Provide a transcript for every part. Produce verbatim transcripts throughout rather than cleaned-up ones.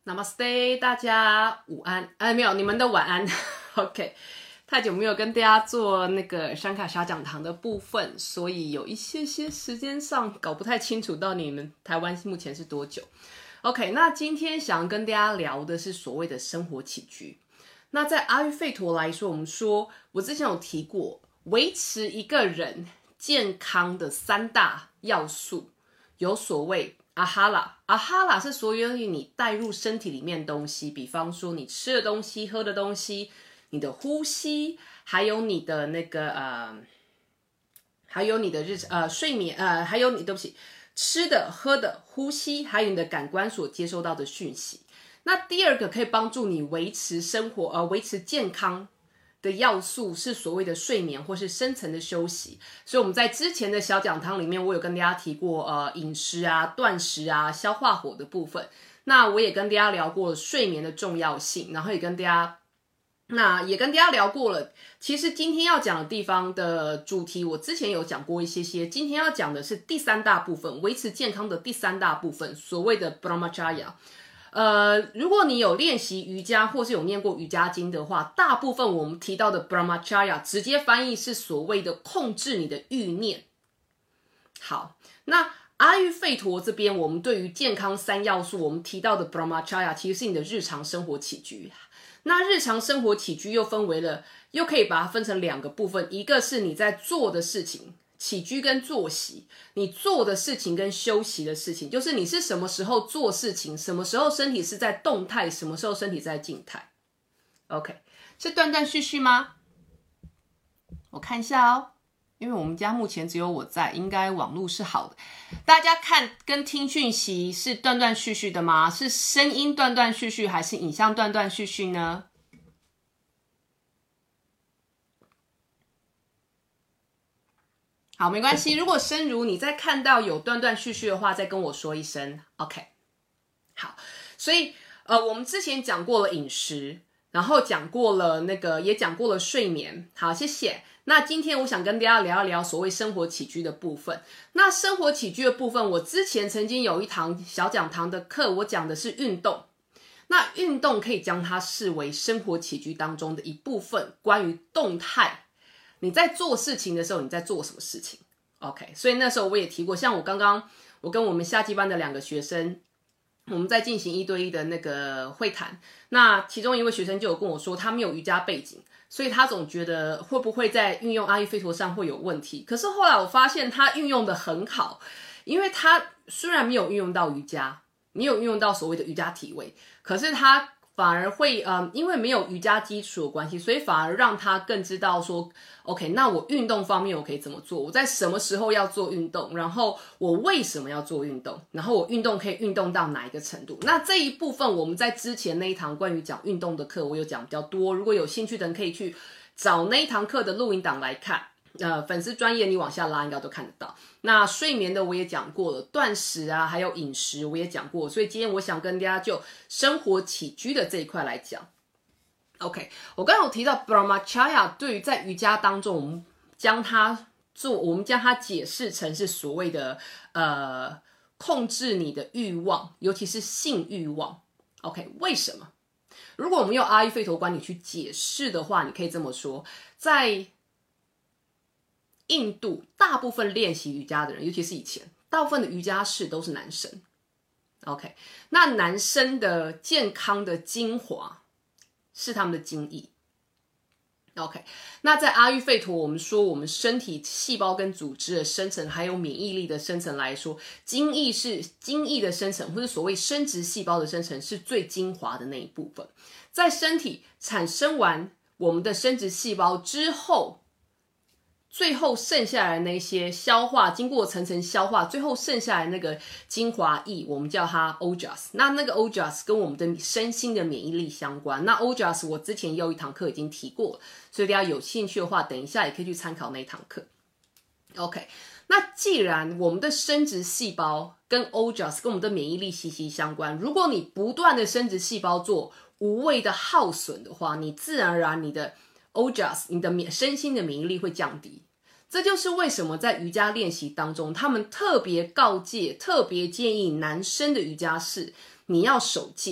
Namaste， 大家午安，哎，没有，你们的晚安。OK， 太久没有跟大家做那个山卡沙讲堂的部分，所以有一些些时间上搞不太清楚到你们台湾目前是多久。OK， 那今天想跟大家聊的是所谓的生活起居。那在阿育吠陀来说，我们说，我之前有提过，维持一个人健康的三大要素，有所谓阿哈拉，阿哈拉是所有你带入身体里面的东西，比方说你吃的东西、喝的东西、你的呼吸，还有你的那个呃，还有你的日呃睡眠呃，还有你对不起，吃的、喝的、呼吸，还有你的感官所接收到的讯息。那第二个可以帮助你维持生活呃维持健康的要素是所谓的睡眠或是深层的休息，所以我们在之前的小讲堂里面，我有跟大家提过呃饮食啊、断食啊、消化火的部分。那我也跟大家聊过睡眠的重要性，然后也跟大家那也跟大家聊过了。其实今天要讲的地方的主题，我之前有讲过一些些。今天要讲的是第三大部分，维持健康的第三大部分，所谓的 Brahmacharya。呃，如果你有练习瑜伽或是有念过瑜伽经的话，大部分我们提到的 Brahmacharya 直接翻译是所谓的控制你的欲念。好，那阿育吠陀这边我们对于健康三要素，我们提到的 Brahmacharya 其实是你的日常生活起居。那日常生活起居又分为了，又可以把它分成两个部分，一个是你在做的事情，起居跟作息，你做的事情跟休息的事情，就是你是什么时候做事情，什么时候身体是在动态，什么时候身体在静态。OK， 是断断续续吗？我看一下哦，因为我们家目前只有我在，应该网络是好的。大家看跟听讯息是断断续续的吗？是声音断断续续，还是影像断断续续呢？好，没关系。如果生如你在看到有断断续续的话，再跟我说一声。OK， 好。所以呃，我们之前讲过了饮食，然后讲过了那个，也讲过了睡眠。好，谢谢。那今天我想跟大家聊一聊所谓生活起居的部分。那生活起居的部分，我之前曾经有一堂小讲堂的课，我讲的是运动。那运动可以将它视为生活起居当中的一部分，关于动态。你在做事情的时候，你在做什么事情 ？OK， 所以那时候我也提过，像我刚刚我跟我们夏季班的两个学生，我们在进行一对一的那个会谈。那其中一位学生就有跟我说，他没有瑜伽背景，所以他总觉得会不会在运用阿育吠陀上会有问题。可是后来我发现他运用的很好，因为他虽然没有运用到瑜伽，没有运用到所谓的瑜伽体位，可是他反而会，嗯，因为没有瑜伽基础的关系，所以反而让他更知道说 ，OK， 那我运动方面我可以怎么做？我在什么时候要做运动？然后我为什么要做运动？然后我运动可以运动到哪一个程度？那这一部分我们在之前那一堂关于讲运动的课，我有讲比较多。如果有兴趣的人可以去找那一堂课的录音档来看。呃，粉丝专页你往下拉应该都看得到。那睡眠的我也讲过了，断食啊，还有饮食我也讲过，所以今天我想跟大家就生活起居的这一块来讲。OK， 我刚刚有提到 Brahmacharya 对于在瑜伽当中，我们将它做，我们将它解释成是所谓的呃控制你的欲望，尤其是性欲望。OK， 为什么？如果我们用阿育吠陀观点去解释的话，你可以这么说，在印度大部分练习瑜伽的人，尤其是以前，大部分的瑜伽士都是男生。OK， 那男生的健康的精华是他们的精液。OK， 那在阿育吠陀，我们说我们身体细胞跟组织的生成，还有免疫力的生成来说，精液是精液的生成，或者所谓生殖细胞的生成，是最精华的那一部分。在身体产生完我们的生殖细胞之后，最后剩下来那些消化，经过层层消化，最后剩下来那个精华液，我们叫它 Ojas。那那个 Ojas 跟我们的身心的免疫力相关。那 Ojas 我之前也有一堂课已经提过了，所以大家有兴趣的话，等一下也可以去参考那一堂课。OK， 那既然我们的生殖细胞跟 Ojas 跟我们的免疫力息息相关，如果你不断的生殖细胞做无谓的耗损的话，你自然而然你的 Ojas 你的免身心的免疫力会降低。这就是为什么在瑜伽练习当中，他们特别告诫，特别建议男生的瑜伽士，你要守戒。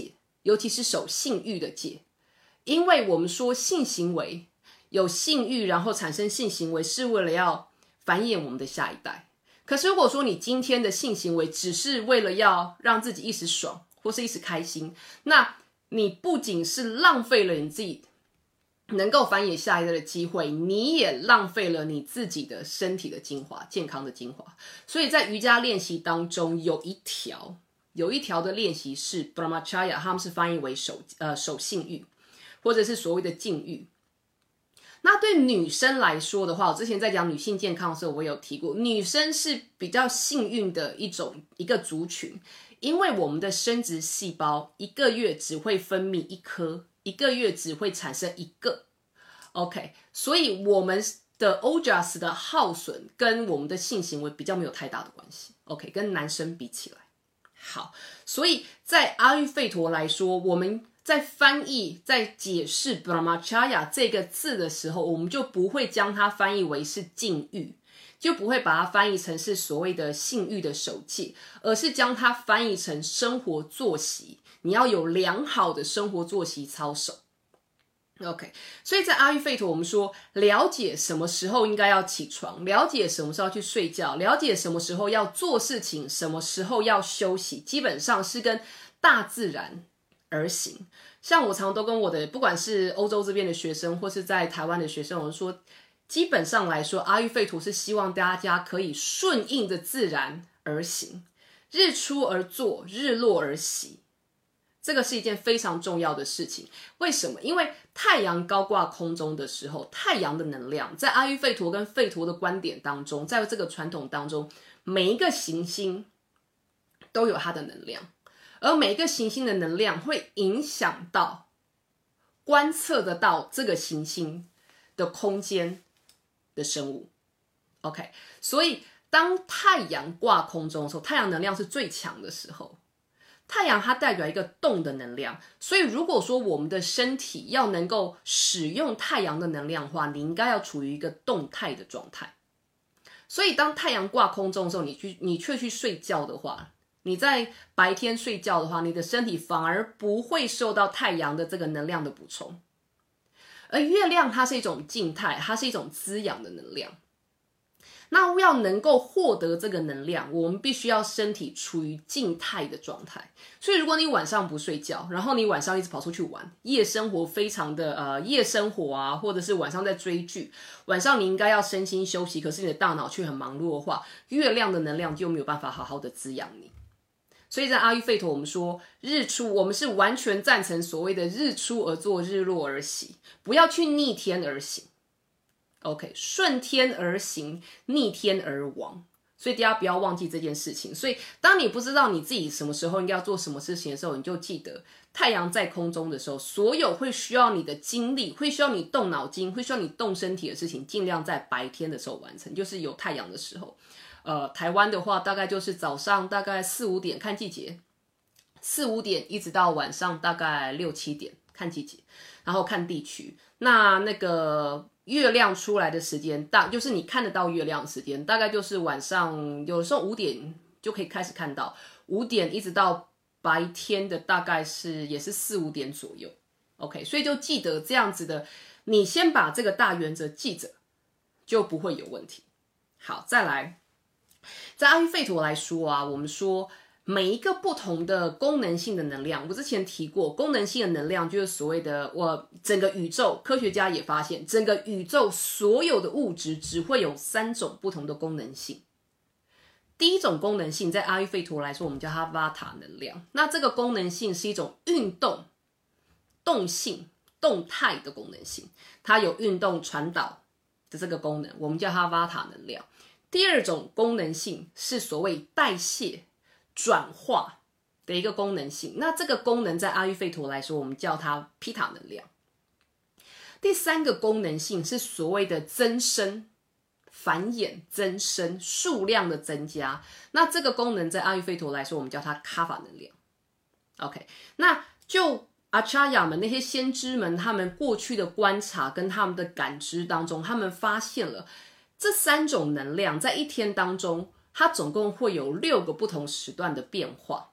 尤其是守性欲的戒，因为我们说性行为有性欲，然后产生性行为是为了要繁衍我们的下一代。可是如果说你今天的性行为只是为了要让自己一时爽或是一时开心，那你不仅是浪费了你自己能够繁衍下一代的机会，你也浪费了你自己的身体的精华，健康的精华。所以在瑜伽练习当中有一条有一条的练习是 Brahmacharya， 他们是翻译为守呃守性欲，或者是所谓的禁欲。那对女生来说的话，我之前在讲女性健康的时候，我有提过，女生是比较幸运的一种一个族群，因为我们的生殖细胞一个月只会分泌一颗，一个月只会产生一个 ，OK， 所以我们的 Ojas 的耗损跟我们的性行为比较没有太大的关系 ，OK， 跟男生比起来，好，所以在阿育吠陀来说，我们在翻译、在解释 Brahmacharya 这个字的时候，我们就不会将它翻译为是禁欲，就不会把它翻译成是所谓的性欲的守戒，而是将它翻译成生活作息，你要有良好的生活作息操守。OK， 所以在阿育吠陀，我们说了解什么时候应该要起床，了解什么时候要去睡觉，了解什么时候要做事情，什么时候要休息，基本上是跟大自然而行。像我常常都跟我的不管是欧洲这边的学生或是在台湾的学生，我说基本上来说，阿育吠陀是希望大家可以顺应着自然而行，日出而作，日落而息，这个是一件非常重要的事情。为什么？因为太阳高挂空中的时候，太阳的能量在阿育吠陀跟吠陀的观点当中，在这个传统当中，每一个行星都有它的能量，而每一个行星的能量会影响到观测得到这个行星的空间的生物。 OK， 所以当太阳挂空中的时候，太阳能量是最强的时候，太阳它代表一个动的能量，所以如果说我们的身体要能够使用太阳的能量的话，你应该要处于一个动态的状态。所以当太阳挂空中的时候，你去你却去睡觉的话，你在白天睡觉的话，你的身体反而不会受到太阳的这个能量的补充。而月亮它是一种静态，它是一种滋养的能量。那要能够获得这个能量，我们必须要身体处于静态的状态。所以如果你晚上不睡觉，然后你晚上一直跑出去玩，夜生活非常的呃夜生活啊，或者是晚上在追剧，晚上你应该要身心休息，可是你的大脑却很忙碌的话，月亮的能量就没有办法好好的滋养你。所以在阿育吠陀，我们说日出，我们是完全赞成所谓的日出而作，日落而息，不要去逆天而行。OK， 顺天而行，逆天而亡。所以大家不要忘记这件事情。所以当你不知道你自己什么时候应该要做什么事情的时候，你就记得太阳在空中的时候，所有会需要你的精力，会需要你动脑筋，会需要你动身体的事情，尽量在白天的时候完成，就是有太阳的时候。呃，台湾的话大概就是早上大概四五点，看季节，四五点一直到晚上大概六七点，看季节，然后看地区。那那个月亮出来的时间大，就是你看得到月亮的时间，大概就是晚上，有时候五点就可以开始看到，五点一直到白天的大概是也是四五点左右。OK， 所以就记得这样子的，你先把这个大原则记着，就不会有问题。好，再来，在阿育吠陀来说啊，我们说每一个不同的功能性的能量，我之前提过，功能性的能量就是所谓的，我整个宇宙，科学家也发现，整个宇宙所有的物质只会有三种不同的功能性。第一种功能性，在阿育吠陀来说，我们叫它 Vata 能量。那这个功能性是一种运动、动性、动态的功能性，它有运动传导的这个功能，我们叫它 Vata 能量。第二种功能性是所谓代谢转化的一个功能性，那这个功能在阿育吠陀来说，我们叫它 Pitta 能量。第三个功能性是所谓的增生、繁衍、增生、数量的增加，那这个功能在阿育吠陀来说，我们叫它 Kapha 能量。OK， 那就阿查亚们那些先知们，他们过去的观察跟他们的感知当中，他们发现了这三种能量在一天当中，它总共会有六个不同时段的变化。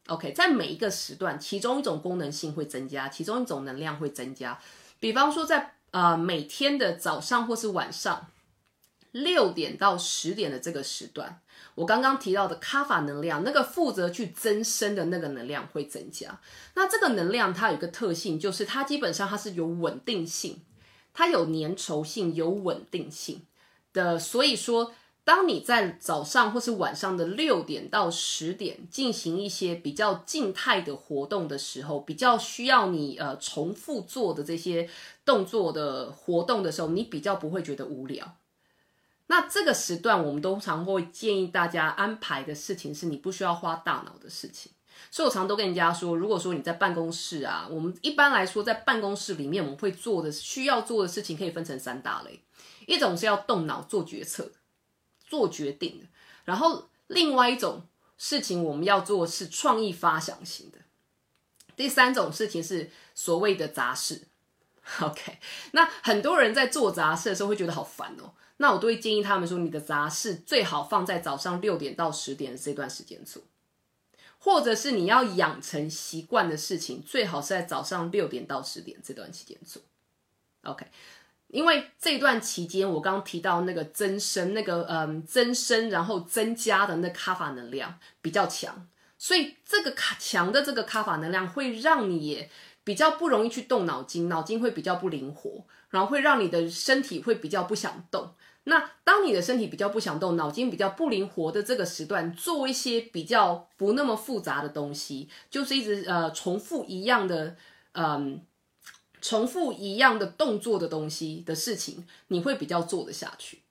OK， 在每一个时段，其中一种功能性会增加，其中一种能量会增加。比方说在呃每天的早上或是晚上六点到十点的这个时段，我刚刚提到的卡法能量，那个负责去增生的那个能量会增加。那这个能量它有一个特性，就是它基本上它是有稳定性，它有粘稠性，有稳定性的。所以说当你在早上或是晚上的六点到十点进行一些比较静态的活动的时候，比较需要你呃重复做的这些动作的活动的时候，你比较不会觉得无聊。那这个时段我们都常会建议大家安排的事情是你不需要花大脑的事情。所以我常都跟人家说，如果说你在办公室啊，我们一般来说在办公室里面我们会做的需要做的事情可以分成三大类，一种是要动脑做决策做决定的，然后另外一种事情我们要做的是创意发想型的，第三种事情是所谓的杂事。 OK， 那很多人在做杂事的时候会觉得好烦哦，那我都会建议他们说，你的杂事最好放在早上六点到十点的这段时间做，或者是你要养成习惯的事情，最好是在早上六点到十点这段期间做。 OK，因为这段期间我刚刚提到那个增生那个嗯增生然后增加的那卡法能量比较强，所以这个强的这个卡法能量会让你也比较不容易去动脑筋，脑筋会比较不灵活，然后会让你的身体会比较不想动。那当你的身体比较不想动，脑筋比较不灵活的这个时段，做一些比较不那么复杂的东西，就是一直呃重复一样的嗯。重复一样的动作的东西的事情，你会比较做得下去。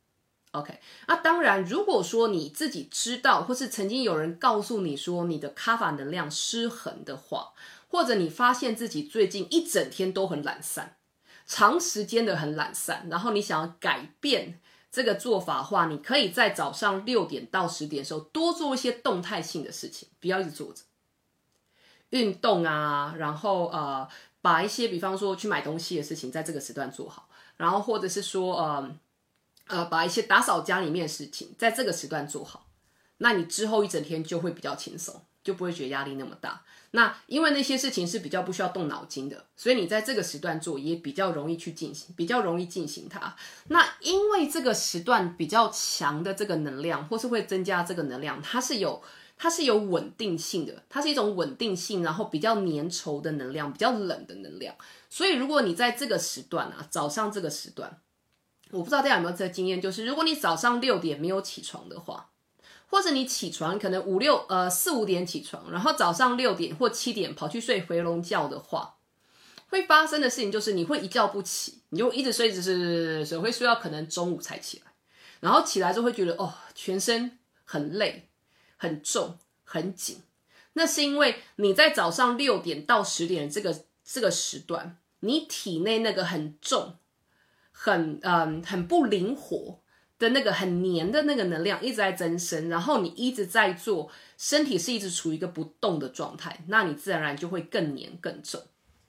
OK， 那当然如果说你自己知道，或是曾经有人告诉你说你的卡法能量失衡的话，或者你发现自己最近一整天都很懒散，长时间的很懒散，然后你想要改变这个做法的话，你可以在早上六点到十点的时候多做一些动态性的事情，不要一直坐着运动啊，然后呃把一些比方说去买东西的事情在这个时段做好，然后或者是说呃呃把一些打扫家里面的事情在这个时段做好，那你之后一整天就会比较轻松，就不会觉得压力那么大。那因为那些事情是比较不需要动脑筋的，所以你在这个时段做也比较容易去进行，比较容易进行它。那因为这个时段比较强的这个能量，或是会增加这个能量，它是有它是有稳定性的，它是一种稳定性，然后比较粘稠的能量，比较冷的能量。所以如果你在这个时段啊，早上这个时段，我不知道大家有没有这个经验，就是如果你早上六点没有起床的话，或者你起床可能五六呃四五点起床，然后早上六点或七点跑去睡回笼觉的话，会发生的事情就是你会一觉不起，你就一直睡，一直睡，睡睡会睡到可能中午才起来，然后起来之后会觉得哦全身很累、很重、很紧。那是因为你在早上六点到十点这个这个时段，你体内那个很重、很嗯很不灵活的那个很黏的那个能量一直在增生，然后你一直在做，身体是一直处于一个不动的状态，那你自然而然就会更黏更重。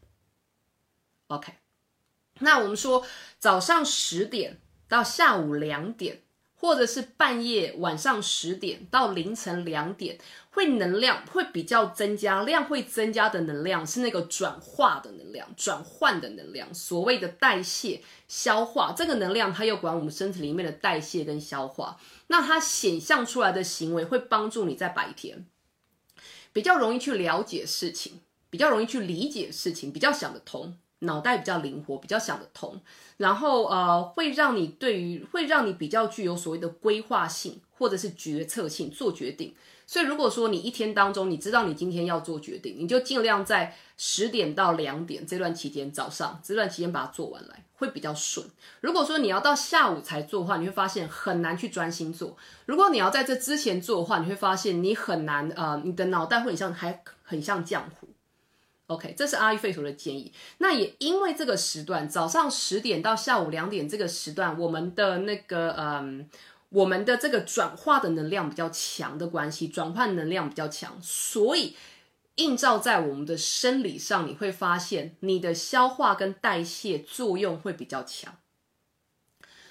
OK， 那我们说早上十点到下午两点，或者是半夜晚上十点到凌晨两点，会能量会比较增加，量会增加的能量是那个转化的能量，转换的能量，所谓的代谢消化，这个能量它又管我们身体里面的代谢跟消化，那它显象出来的行为会帮助你在白天比较容易去了解事情，比较容易去理解事情，比较想得通，脑袋比较灵活，比较想得通，然后呃，会让你对于会让你比较具有所谓的规划性或者是决策性，做决定。所以如果说你一天当中你知道你今天要做决定，你就尽量在十点到两点这段期间，早上这段期间把它做完来，会比较顺。如果说你要到下午才做的话，你会发现很难去专心做。如果你要在这之前做的话，你会发现你很难呃，你的脑袋会很像还很像浆糊。OK， 这是阿育吠陀的建议。那也因为这个时段，早上十点到下午两点这个时段，我们的那个嗯，我们的这个转化的能量比较强的关系，转换能量比较强，所以映照在我们的生理上，你会发现你的消化跟代谢作用会比较强。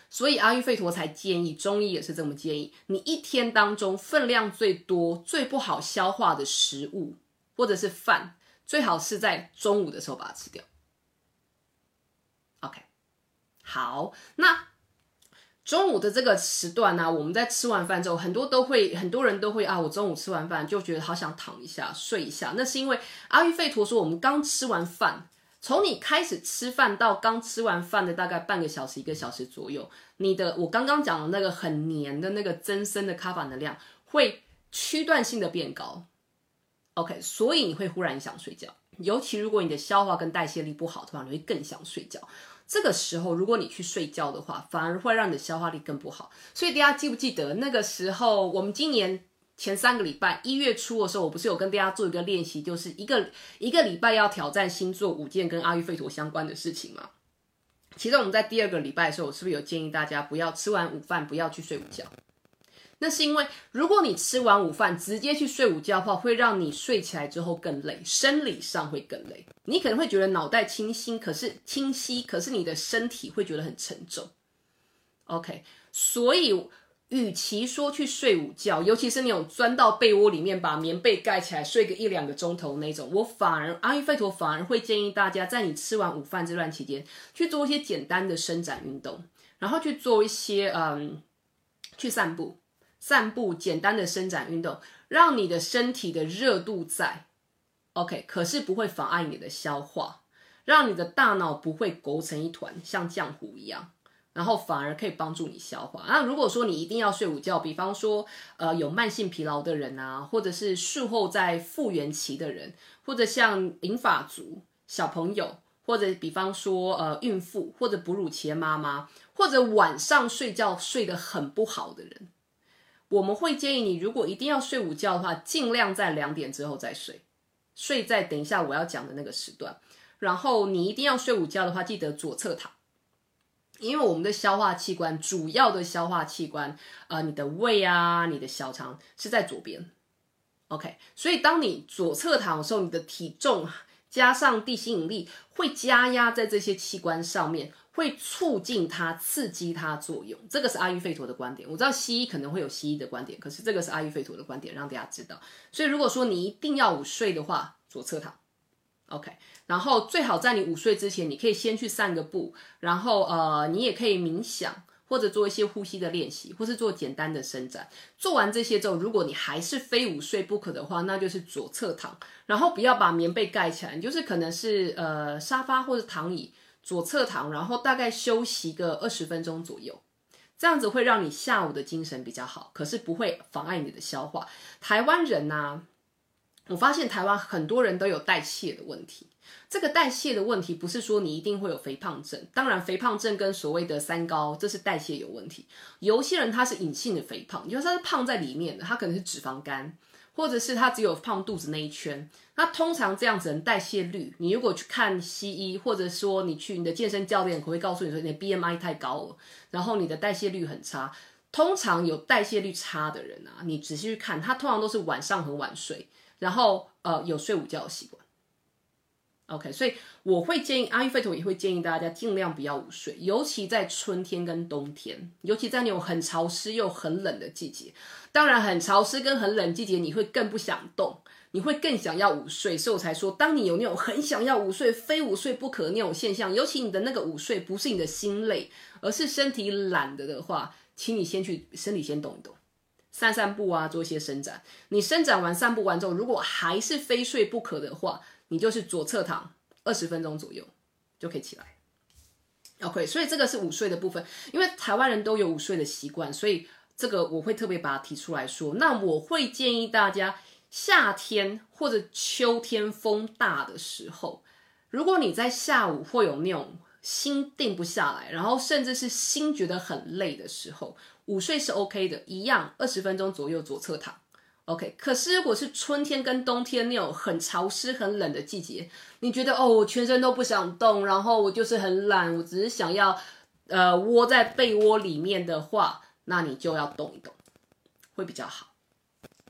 所以阿育吠陀才建议，中医也是这么建议，你一天当中分量最多、最不好消化的食物或者是饭，最好是在中午的时候把它吃掉。OK， 好，那中午的这个时段呢、啊，我们在吃完饭之后，很多都会，很多人都会啊，我中午吃完饭就觉得好想躺一下、睡一下。那是因为阿育吠陀说，我们刚吃完饭，从你开始吃饭到刚吃完饭的大概半个小时、一个小时左右，你的我刚刚讲的那个很黏的那个增生的卡法能量会区段性的变高。OK， 所以你会忽然想睡觉，尤其如果你的消化跟代谢力不好的话，你会更想睡觉。这个时候，如果你去睡觉的话，反而会让你的消化力更不好。所以大家记不记得那个时候，我们今年前三个礼拜一月初的时候，我不是有跟大家做一个练习，就是一个一个礼拜要挑战星座五件跟阿育吠陀相关的事情吗？其实我们在第二个礼拜的时候，我是不是有建议大家不要吃完午饭不要去睡午觉？那是因为如果你吃完午饭直接去睡午觉的话，会让你睡起来之后更累，生理上会更累。你可能会觉得脑袋清晰，可是清晰，可是你的身体会觉得很沉重。OK， 所以与其说去睡午觉，尤其是那种钻到被窝里面把棉被盖起来睡个一两个钟头那种，我反而阿育吠陀反而会建议大家在你吃完午饭这段期间去做一些简单的伸展运动，然后去做一些嗯去散步。散步简单的伸展运动，让你的身体的热度在 OK， 可是不会妨碍你的消化，让你的大脑不会勾成一团像浆糊一样，然后反而可以帮助你消化。那如果说你一定要睡午觉，比方说呃有慢性疲劳的人啊，或者是术后在复原期的人，或者像银发族、小朋友，或者比方说呃孕妇，或者哺乳期的妈妈，或者晚上睡觉睡得很不好的人，我们会建议你，如果一定要睡午觉的话，尽量在两点之后再睡，睡在等一下我要讲的那个时段。然后你一定要睡午觉的话，记得左侧躺，因为我们的消化器官，主要的消化器官，呃，你的胃啊，你的小肠是在左边。OK， 所以当你左侧躺的时候，你的体重加上地心引力会加压在这些器官上面，会促进它、刺激它作用。这个是阿育吠陀的观点。我知道西医可能会有西医的观点，可是这个是阿育吠陀的观点，让大家知道。所以如果说你一定要午睡的话，左侧躺 ，OK。然后最好在你午睡之前，你可以先去散个步，然后呃，你也可以冥想，或者做一些呼吸的练习，或是做简单的伸展。做完这些之后，如果你还是非午睡不可的话，那就是左侧躺，然后不要把棉被盖起来，你就是可能是呃沙发或者躺椅左侧躺，然后大概休息个二十分钟左右，这样子会让你下午的精神比较好，可是不会妨碍你的消化。台湾人啊，我发现台湾很多人都有代谢的问题。这个代谢的问题不是说你一定会有肥胖症，当然肥胖症跟所谓的三高，这是代谢有问题。有些人他是隐性的肥胖，就是他是胖在里面的，他可能是脂肪肝，或者是他只有胖肚子那一圈。那通常这样子的代谢率，你如果去看西医，或者说你去你的健身教练，可能会告诉你说你的 B M I 太高了，然后你的代谢率很差。通常有代谢率差的人啊，你仔细去看，他通常都是晚上很晚睡，然后呃有睡午觉的习惯。OK， 所以我会建议阿育吠陀也会建议大家尽量不要午睡，尤其在春天跟冬天，尤其在那种很潮湿又很冷的季节。当然，很潮湿跟很冷季节，你会更不想动，你会更想要午睡。所以我才说，当你有那种很想要午睡、非午睡不可的那种现象，尤其你的那个午睡不是你的心累，而是身体懒的的话，请你先去身体先动一动，散散步啊，做一些伸展。你伸展完、散步完之后，如果还是非睡不可的话，你就是左侧躺二十分钟左右就可以起来。OK， 所以这个是午睡的部分，因为台湾人都有午睡的习惯，所以这个我会特别把它提出来说。那我会建议大家，夏天或者秋天风大的时候，如果你在下午会有那种心定不下来，然后甚至是心觉得很累的时候，午睡是 OK 的，一样二十分钟左右左侧躺。OK， 可是如果是春天跟冬天那种很潮湿很冷的季节，你觉得哦我全身都不想动，然后我就是很懒，我只是想要呃窝在被窝里面的话，那你就要动一动，会比较好。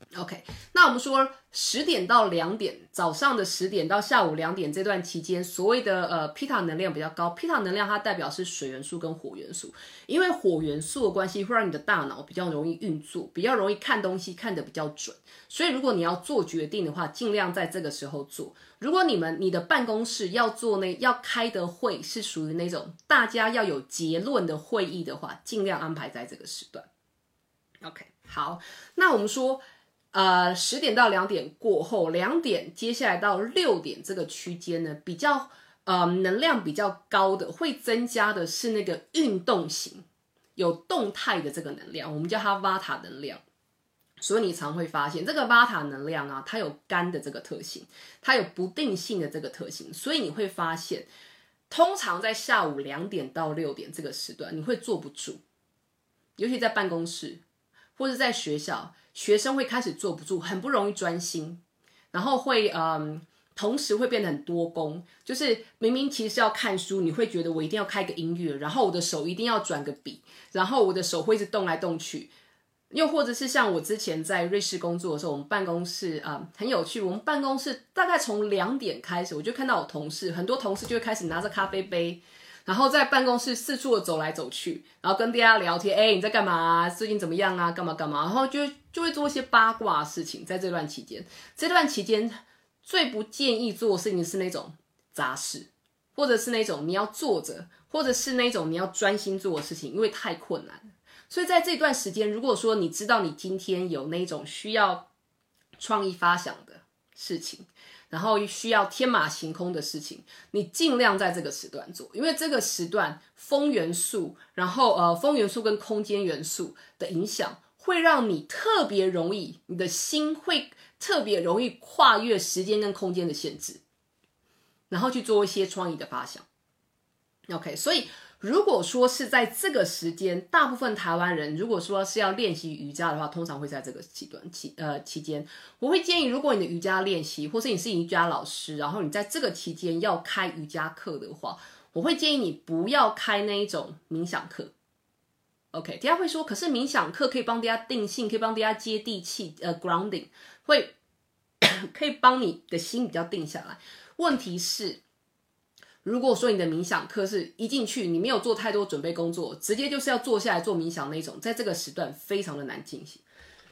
OK， 那我们说十点到两点，早上的十点到下午两点这段期间，所谓的呃 Pitta 能量比较高。Pitta 能量它代表是水元素跟火元素，因为火元素的关系会让你的大脑比较容易运作，比较容易看东西看得比较准。所以如果你要做决定的话，尽量在这个时候做。如果你们你的办公室要做那要开的会是属于那种大家要有结论的会议的话，尽量安排在这个时段。OK， 好，那我们说。呃，十点到两点过后，两点接下来到六点这个区间呢，比较呃能量比较高的，会增加的是那个运动型、有动态的这个能量，我们叫它 Vata 能量。所以你常会发现，这个 Vata 能量啊，它有干的这个特性，它有不定性的这个特性，所以你会发现，通常在下午两点到六点这个时段，你会坐不住，尤其在办公室或者在学校。学生会开始坐不住，很不容易专心，然后会嗯，同时会变得很多工，就是明明其实是要看书，你会觉得我一定要开个音乐，然后我的手一定要转个笔，然后我的手会一直动来动去。又或者是像我之前在瑞士工作的时候，我们办公室啊、呃、很有趣，我们办公室大概从两点开始，我就看到我同事，很多同事就会开始拿着咖啡杯。然后在办公室四处的走来走去，然后跟大家聊天，哎，你在干嘛啊？最近怎么样啊？干嘛干嘛？然后就就会做一些八卦的事情。在这段期间，这段期间最不建议做的事情是那种杂事，或者是那种你要坐着，或者是那种你要专心做的事情，因为太困难了。所以在这段时间，如果说你知道你今天有那种需要创意发想的事情，然后需要天马行空的事情，你尽量在这个时段做，因为这个时段风元素，然后呃风元素跟空间元素的影响，会让你特别容易，你的心会特别容易跨越时间跟空间的限制，然后去做一些创意的发想。OK， 所以如果说是在这个时间，大部分台湾人如果说是要练习瑜伽的话，通常会在这个期段期呃期间，我会建议，如果你的瑜伽练习，或是你是瑜伽老师，然后你在这个期间要开瑜伽课的话，我会建议你不要开那一种冥想课。OK， 大家会说，可是冥想课可以帮大家定性，可以帮大家接地气，呃 grounding， 会可以帮你的心比较定下来。问题是，如果说你的冥想课是一进去你没有做太多准备工作，直接就是要坐下来做冥想那种，在这个时段非常的难进行。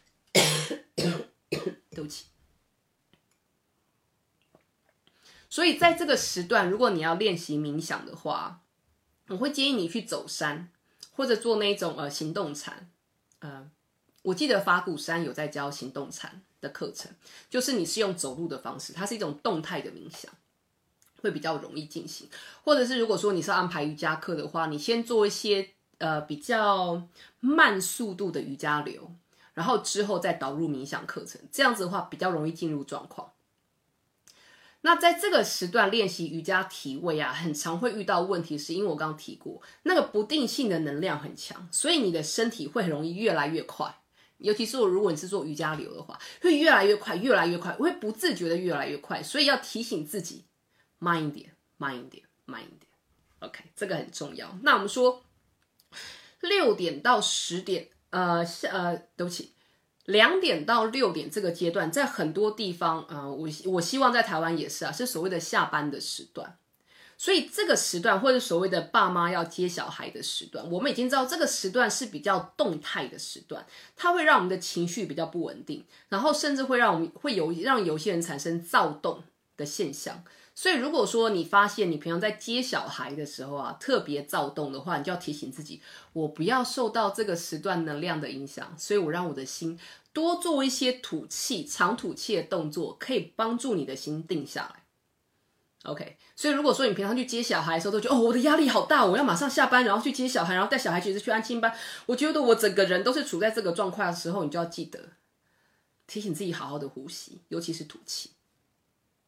对不起。所以在这个时段，如果你要练习冥想的话，我会建议你去走山，或者做那种呃行动禅。呃，我记得法鼓山有在教行动禅的课程，就是你是用走路的方式，它是一种动态的冥想。会比较容易进行，或者是如果说你是要安排瑜伽课的话，你先做一些呃比较慢速度的瑜伽流，然后之后再导入冥想课程，这样子的话比较容易进入状况。那在这个时段练习瑜伽体位啊，很常会遇到问题，是因为我刚刚提过，那个不定性的能量很强，所以你的身体会很容易越来越快。尤其是如果你是做瑜伽流的话，会越来越快，越来越快，会不自觉的越来越快，所以要提醒自己。慢一点，慢一点，慢一点 ，OK， 这个很重要。那我们说六点到十点，呃呃，对不起，两点到六点这个阶段，在很多地方，呃，我我希望在台湾也是啊，是所谓的下班的时段。所以这个时段，或者所谓的爸妈要接小孩的时段，我们已经知道这个时段是比较动态的时段，它会让我们的情绪比较不稳定，然后甚至会让我们会有让有些人产生躁动的现象。所以如果说你发现你平常在接小孩的时候啊，特别躁动的话，你就要提醒自己，我不要受到这个时段能量的影响，所以我让我的心多做一些吐气、长吐气的动作，可以帮助你的心定下来。OK， 所以如果说你平常去接小孩的时候都觉得哦，我的压力好大，我要马上下班，然后去接小孩，然后带小孩其实去安亲班，我觉得我整个人都是处在这个状况的时候，你就要记得提醒自己好好的呼吸，尤其是吐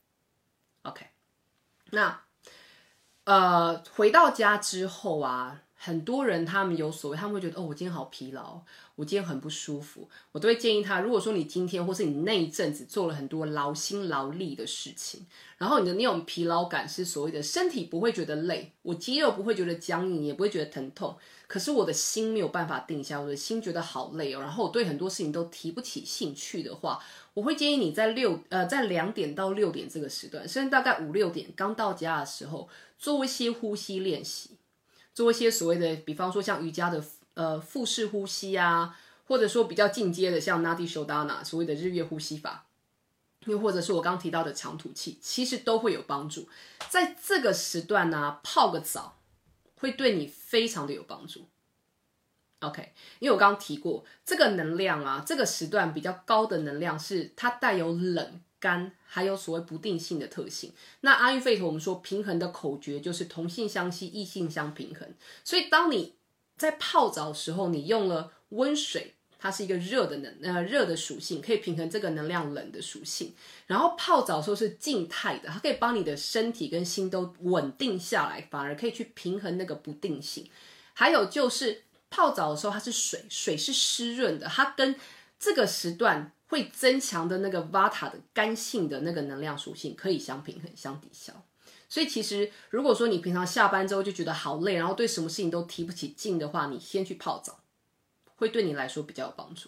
气。OK。那呃，回到家之后啊， 很多人他们有所谓，他们会觉得哦，我今天好疲劳，我今天很不舒服，我都会建议他，如果说你今天或是你那一阵子做了很多劳心劳力的事情，然后你的那种疲劳感是所谓的身体不会觉得累，我肌肉不会觉得僵硬，也不会觉得疼痛，可是我的心没有办法定下，我的心觉得好累哦，然后我对很多事情都提不起兴趣的话，我会建议你在六呃在两点到六点这个时段，甚至大概五六点刚到家的时候，做一些呼吸练习。做一些所谓的，比方说像瑜伽的呃腹式呼吸啊，或者说比较进阶的像 Nadi Shodhana 所谓的日月呼吸法，又或者是我刚提到的长吐气，其实都会有帮助。在这个时段呢、啊，泡个澡会对你非常的有帮助。OK， 因为我刚刚提过，这个能量啊，这个时段比较高的能量是它带有冷。干还有所谓不定性的特性。那阿育吠陀我们说平衡的口诀就是同性相吸，异性相平衡。所以当你在泡澡的时候，你用了温水，它是一个热的能呃热的属性，可以平衡这个能量冷的属性。然后泡澡的时候是静态的，它可以帮你的身体跟心都稳定下来，反而可以去平衡那个不定性。还有就是泡澡的时候它是水，水是湿润的，它跟这个时段会增强的那个 Vata 的干性的那个能量属性可以相平衡相抵消。所以其实如果说你平常下班之后就觉得好累，然后对什么事情都提不起劲的话，你先去泡澡会对你来说比较有帮助。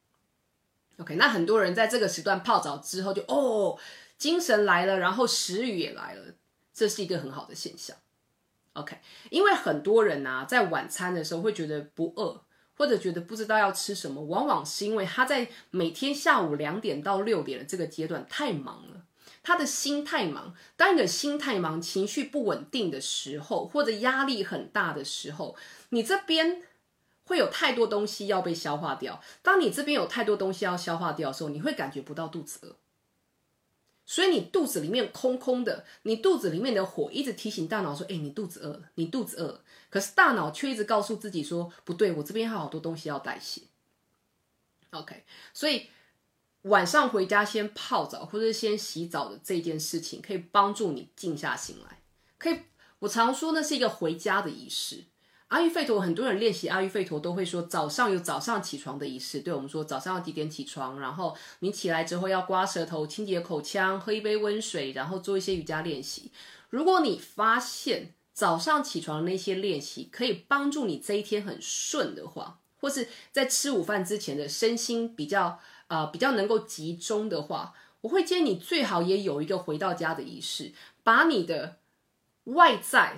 OK， 那很多人在这个时段泡澡之后就哦精神来了，然后食欲也来了，这是一个很好的现象。 OK， 因为很多人啊在晚餐的时候会觉得不饿，或者觉得不知道要吃什么，往往是因为他在每天下午两点到六点的这个阶段太忙了，他的心太忙。当你的心太忙，情绪不稳定的时候，或者压力很大的时候，你这边会有太多东西要被消化掉。当你这边有太多东西要消化掉的时候，你会感觉不到肚子饿。所以你肚子里面空空的，你肚子里面的火一直提醒大脑说，哎，你肚子饿了，你肚子饿了。可是大脑却一直告诉自己说，不对，我这边还有好多东西要代谢。OK， 所以晚上回家先泡澡或者先洗澡的这件事情，可以帮助你静下心来。可以，我常说那是一个回家的仪式。阿育吠陀很多人练习阿育吠陀都会说早上有早上起床的仪式，对我们说早上要几点起床，然后你起来之后要刮舌头、清洁口腔、喝一杯温水，然后做一些瑜伽练习。如果你发现早上起床的那些练习可以帮助你这一天很顺的话，或是在吃午饭之前的身心比较呃比较能够集中的话，我会建议你最好也有一个回到家的仪式，把你的外在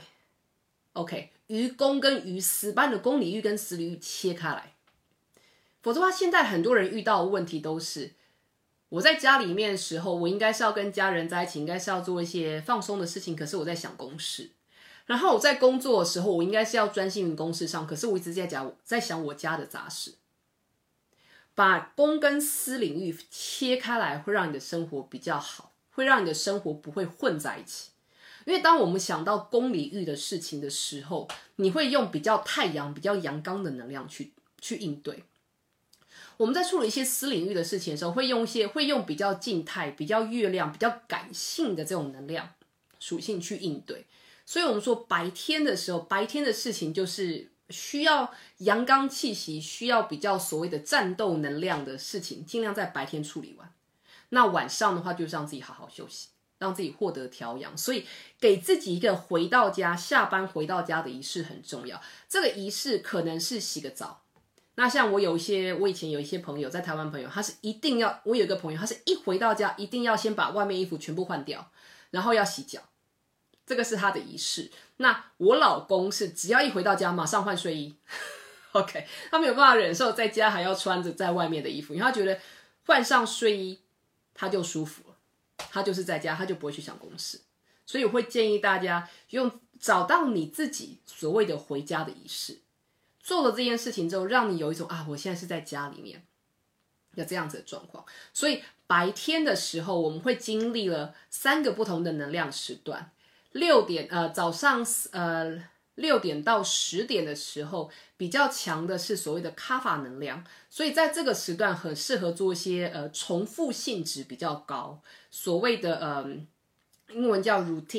OK 于公跟于私，把你的公领域跟私领域切开来。否则的话，现在很多人遇到的问题都是，我在家里面的时候，我应该是要跟家人在一起，应该是要做一些放松的事情，可是我在想公事。然后我在工作的时候，我应该是要专心于公事上，可是我一直在讲，在想我家的杂事。把公跟私领域切开来，会让你的生活比较好，会让你的生活不会混在一起。因为当我们想到公领域的事情的时候，你会用比较太阳、比较阳刚的能量去去应对。我们在处理一些私领域的事情的时候，会用一些会用比较静态、比较月亮、比较感性的这种能量属性去应对。所以我们说白天的时候，白天的事情就是需要阳刚气息，需要比较所谓的战斗能量的事情，尽量在白天处理完。那晚上的话，就是让自己好好休息，让自己获得调养。所以给自己一个回到家、下班回到家的仪式很重要。这个仪式可能是洗个澡。那像我有一些，我以前有一些朋友，在台湾朋友，他是一定要，我有一个朋友，他是一回到家一定要先把外面衣服全部换掉，然后要洗脚，这个是他的仪式。那我老公是只要一回到家马上换睡衣，OK， 他没有办法忍受在家还要穿着在外面的衣服，因为他觉得换上睡衣他就舒服了，他就是在家他就不会去想公事。所以我会建议大家用找到你自己所谓的回家的仪式。做了这件事情之后，让你有一种啊，我现在是在家里面的这样子的状况。所以白天的时候，我们会经历了三个不同的能量时段。六点呃早上呃六点到十点的时候，比较强的是所谓的卡法能量，所以在这个时段很适合做一些呃重复性质比较高，所谓的呃英文叫 routine。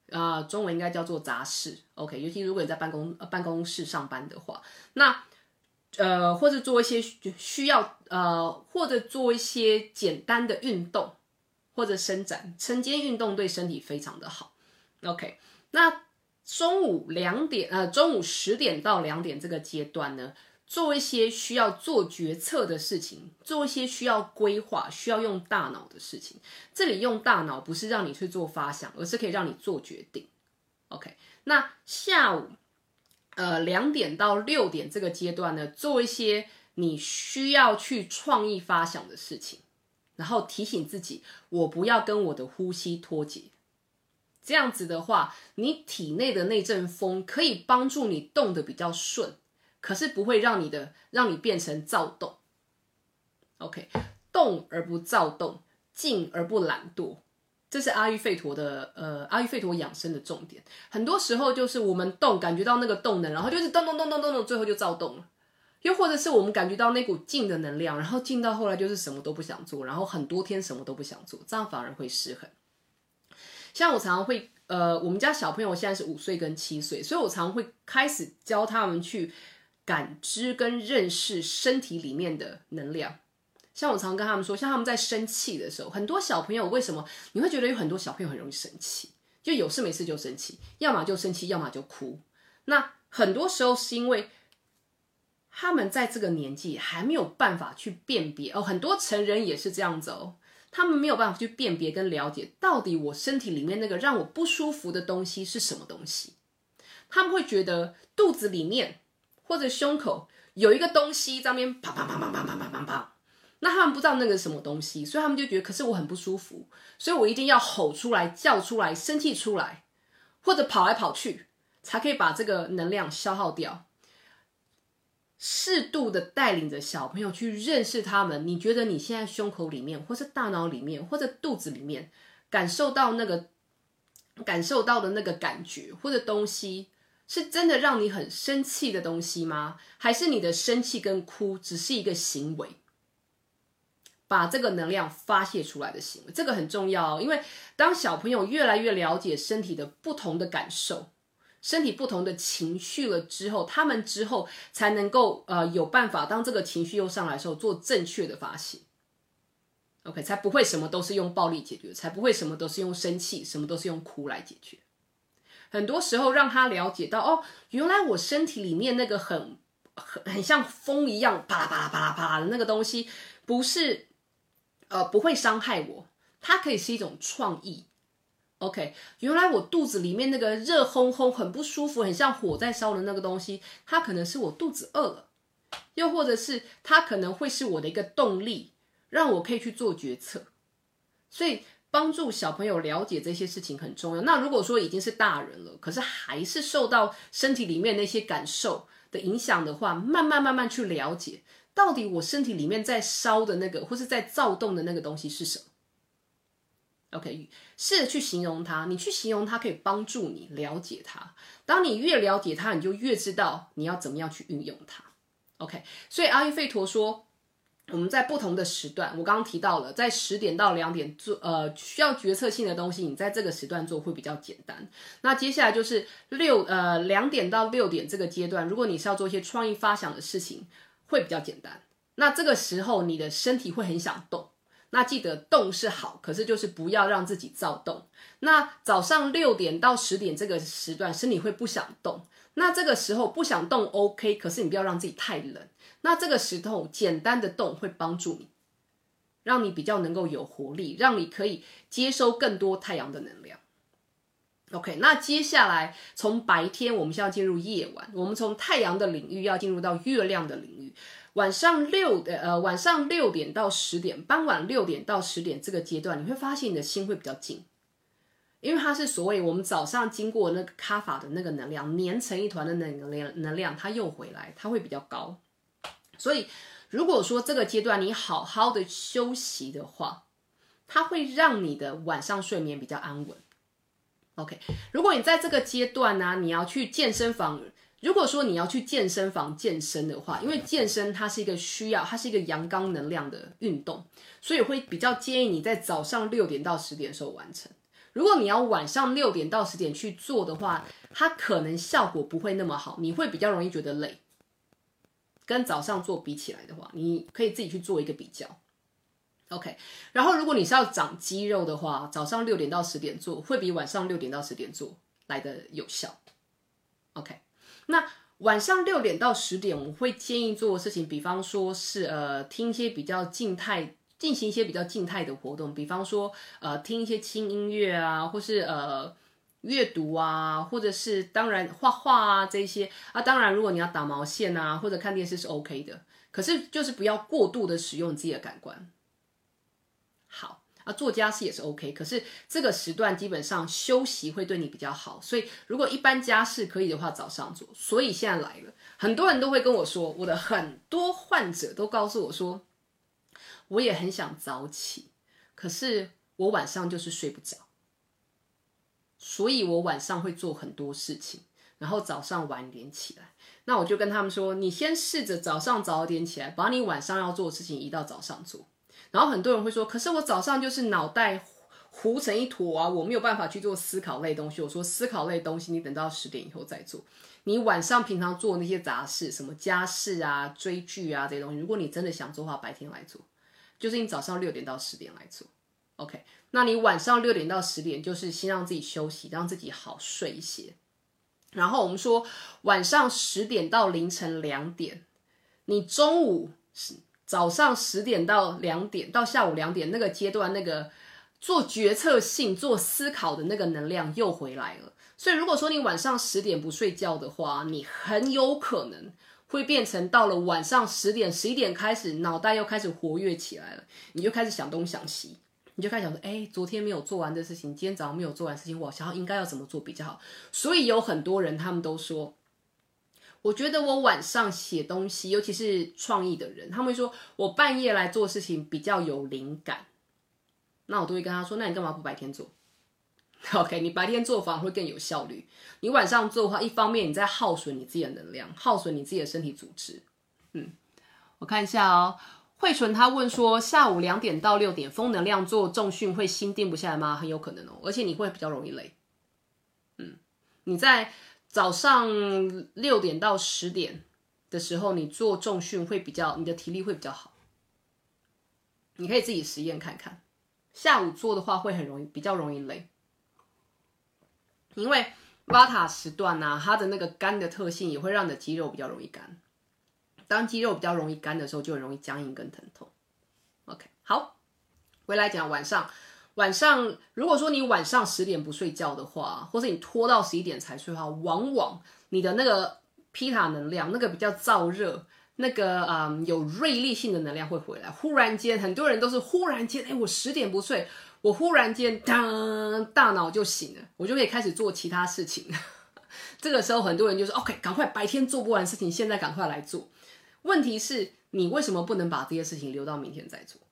呃，中文应该叫做杂事 ，OK， 尤其如果你在办公、呃、办公室上班的话，那呃或者做一些需要呃或者做一些简单的运动或者伸展，晨间运动对身体非常的好 ，OK， 那中午两点呃中午十点到两点这个阶段呢，做一些需要做决策的事情，做一些需要规划、需要用大脑的事情。这里用大脑不是让你去做发想，而是可以让你做决定。OK， 那下午呃两点到六点这个阶段呢，做一些你需要去创意发想的事情，然后提醒自己，我不要跟我的呼吸脱节。这样子的话，你体内的那阵风可以帮助你动得比较顺，可是不会让你的让你变成躁动。OK， 动而不躁动，静而不懒惰，这是阿育吠陀的呃阿育吠陀养生的重点。很多时候就是我们动，感觉到那个动能，然后就是动动动动动动，最后就躁动了。又或者是我们感觉到那股静的能量，然后静到后来就是什么都不想做，然后很多天什么都不想做，这样反而会失衡。像我常常会，呃，我们家小朋友现在是五岁跟七岁，所以我常常会开始教他们去感知跟认识身体里面的能量。像我常常跟他们说，像他们在生气的时候，很多小朋友为什么你会觉得有很多小朋友很容易生气，就有事没事就生气，要么就生气，要么就哭。那很多时候是因为他们在这个年纪还没有办法去辨别哦，很多成人也是这样子哦。他们没有办法去辨别跟了解，到底我身体里面那个让我不舒服的东西是什么东西。他们会觉得肚子里面或者胸口有一个东西在那边砰砰砰砰砰砰砰砰砰，那他们不知道那个是什么东西，所以他们就觉得，可是我很不舒服，所以我一定要吼出来、叫出来、生气出来，或者跑来跑去，才可以把这个能量消耗掉。适度的带领着小朋友去认识他们，你觉得你现在胸口里面，或是大脑里面，或者肚子里面，感受到那个感受到的那个感觉或者东西，是真的让你很生气的东西吗？还是你的生气跟哭只是一个行为，把这个能量发泄出来的行为，这个很重要哦。因为当小朋友越来越了解身体的不同的感受，身体不同的情绪了之后，他们之后才能够呃有办法，当这个情绪又上来的时候，做正确的发泄。OK， 才不会什么都是用暴力解决，才不会什么都是用生气，什么都是用哭来解决。很多时候让他了解到，哦，原来我身体里面那个很很很像风一样啪啦啪啦啪啦啪啦的那个东西，不是呃不会伤害我，它可以是一种创意。OK， 原来我肚子里面那个热烘烘、很不舒服、很像火在烧的那个东西，它可能是我肚子饿了，又或者是它可能会是我的一个动力，让我可以去做决策。所以帮助小朋友了解这些事情很重要。那如果说已经是大人了，可是还是受到身体里面那些感受的影响的话，慢慢慢慢去了解，到底我身体里面在烧的那个，或是在躁动的那个东西是什么。OK， 试着去形容它，你去形容它可以帮助你了解它。当你越了解它，你就越知道你要怎么样去运用它。OK， 所以阿育吠陀说，我们在不同的时段，我刚刚提到了，在十点到两点做呃需要决策性的东西，你在这个时段做会比较简单。那接下来就是六呃两点到六点这个阶段，如果你是要做一些创意发想的事情，会比较简单。那这个时候你的身体会很想动。那记得动是好，可是就是不要让自己躁动。那早上六点到十点这个时段，身体会不想动。那这个时候不想动 OK， 可是你不要让自己太冷。那这个时候简单的动会帮助你，让你比较能够有活力，让你可以接收更多太阳的能量。OK， 那接下来从白天我们现在要进入夜晚，我们从太阳的领域要进入到月亮的领域。晚上六的呃晚上六点到十点，傍晚六点到十点这个阶段，你会发现你的心会比较静，因为它是所谓我们早上经过那个卡法的那个能量粘成一团的能量能量，它又回来，它会比较高。所以如果说这个阶段你好好的休息的话，它会让你的晚上睡眠比较安稳。OK， 如果你在这个阶段呢、啊，你要去健身房。如果说你要去健身房健身的话，因为健身它是一个需要，它是一个阳刚能量的运动，所以会比较建议你在早上六点到十点的时候完成。 如果你要晚上六点到十点去做的话，它可能效果不会那么好，你会比较容易觉得累。跟早上做比起来的话，你可以自己去做一个比较。OK， 然后如果你是要长肌肉的话，早上六点到十点做会比晚上六点到十点做来的有效。OK， 那晚上六点到十点，我们会建议做的事情，比方说是呃听一些比较静态，进行一些比较静态的活动，比方说呃听一些轻音乐啊，或是呃阅读啊，或者是当然画画啊这些啊，当然如果你要打毛线啊或者看电视是 OK 的，可是就是不要过度的使用自己的感官。好啊，做家事也是 OK， 可是这个时段基本上休息会对你比较好，所以如果一般家事可以的话，早上做。所以现在来了，很多人都会跟我说，我的很多患者都告诉我说，我也很想早起，可是我晚上就是睡不着，所以我晚上会做很多事情，然后早上晚点起来。那我就跟他们说，你先试着早上早点起来，把你晚上要做的事情移到早上做。然后很多人会说，可是我早上就是脑袋糊成一坨啊，我没有办法去做思考类东西。我说思考类东西你等到十点以后再做，你晚上平常做那些杂事，什么家事啊、追剧啊这些东西，如果你真的想做的话，白天来做，就是你早上六点到十点来做。OK， 那你晚上六点到十点就是先让自己休息，让自己好睡一些。然后我们说晚上十点到凌晨两点，你中午早上十点到两点到下午两点那个阶段，那个做决策性、做思考的那个能量又回来了。所以如果说你晚上十点不睡觉的话，你很有可能会变成到了晚上十点、十一点开始，脑袋又开始活跃起来了，你就开始想东想西。你就开始想说，哎，昨天没有做完的事情，今天早上没有做完的事情，我想要应该要怎么做比较好。所以有很多人他们都说，我觉得我晚上写东西，尤其是创意的人，他们会说我半夜来做事情比较有灵感。那我都会跟他说，那你干嘛不白天做 ？OK， 你白天做反而会更有效率。你晚上做的话，一方面你在耗损你自己的能量，耗损你自己的身体组织。嗯，我看一下哦。慧纯他问说，下午两点到六点风能量做重训会心定不下来吗？很有可能哦，而且你会比较容易累。嗯，你在早上六点到十点的时候，你做重训会比较，你的体力会比较好。你可以自己实验看看。下午做的话会很容易，比较容易累，因为瓦塔时段啊，它的那个干的特性也会让你的肌肉比较容易干。当肌肉比较容易干的时候，就很容易僵硬跟疼痛。OK， 好，回来讲晚上。晚上如果说你晚上十点不睡觉的话，或是你拖到十一点才睡的话，往往你的那个皮塔能量，那个比较燥热，那个嗯有锐利性的能量会回来。忽然间，很多人都是忽然间，哎，我十点不睡，我忽然间当大脑就醒了，我就可以开始做其他事情。这个时候很多人就说 ，OK， 赶快白天做不完的事情，现在赶快来做。问题是你为什么不能把这些事情留到明天再做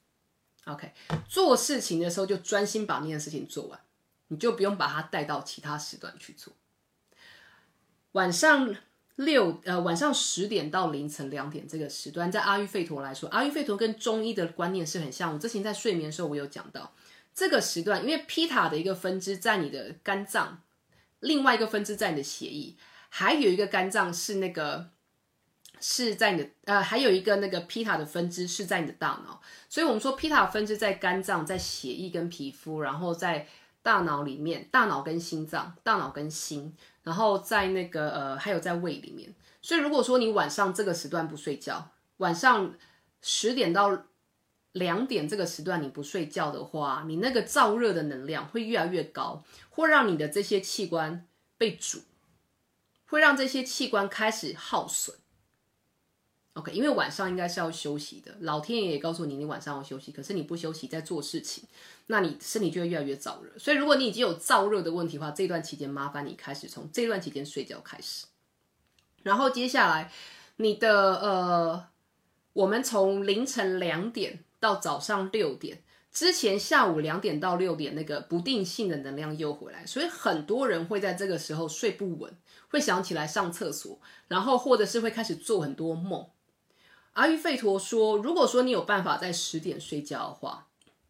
？OK， 做事情的时候就专心把那件事情做完，你就不用把它带到其他时段去做。晚上六呃晚上十点到凌晨两点这个时段，在阿育吠陀来说，阿育吠陀跟中医的观念是很像。我之前在睡眠的时候我有讲到，这个时段因为皮塔的一个分支在你的肝脏，另外一个分支在你的血液，还有一个肝脏是那个。是在你的呃，还有一个那个皮塔的分支是在你的大脑，所以我们说皮塔分支在肝脏、在血液跟皮肤，然后在大脑里面，大脑跟心脏，大脑跟心，然后在那个呃，还有在胃里面。所以如果说你晚上这个时段不睡觉，晚上十点到两点这个时段你不睡觉的话，你那个燥热的能量会越来越高，会让你的这些器官被煮，会让这些器官开始耗损。OK， 因为晚上应该是要休息的，老天爷也告诉你，你晚上要休息，可是你不休息在做事情，那你身体就会越来越燥热。所以如果你已经有燥热的问题的话，这段期间麻烦你开始从这段期间睡觉开始，然后接下来你的呃，我们从凌晨两点到早上六点之前，下午两点到六点那个不定性的能量又回来，所以很多人会在这个时候睡不稳，会想起来上厕所，然后或者是会开始做很多梦。阿育吠陀说，如果说你有办法在十点睡觉的话，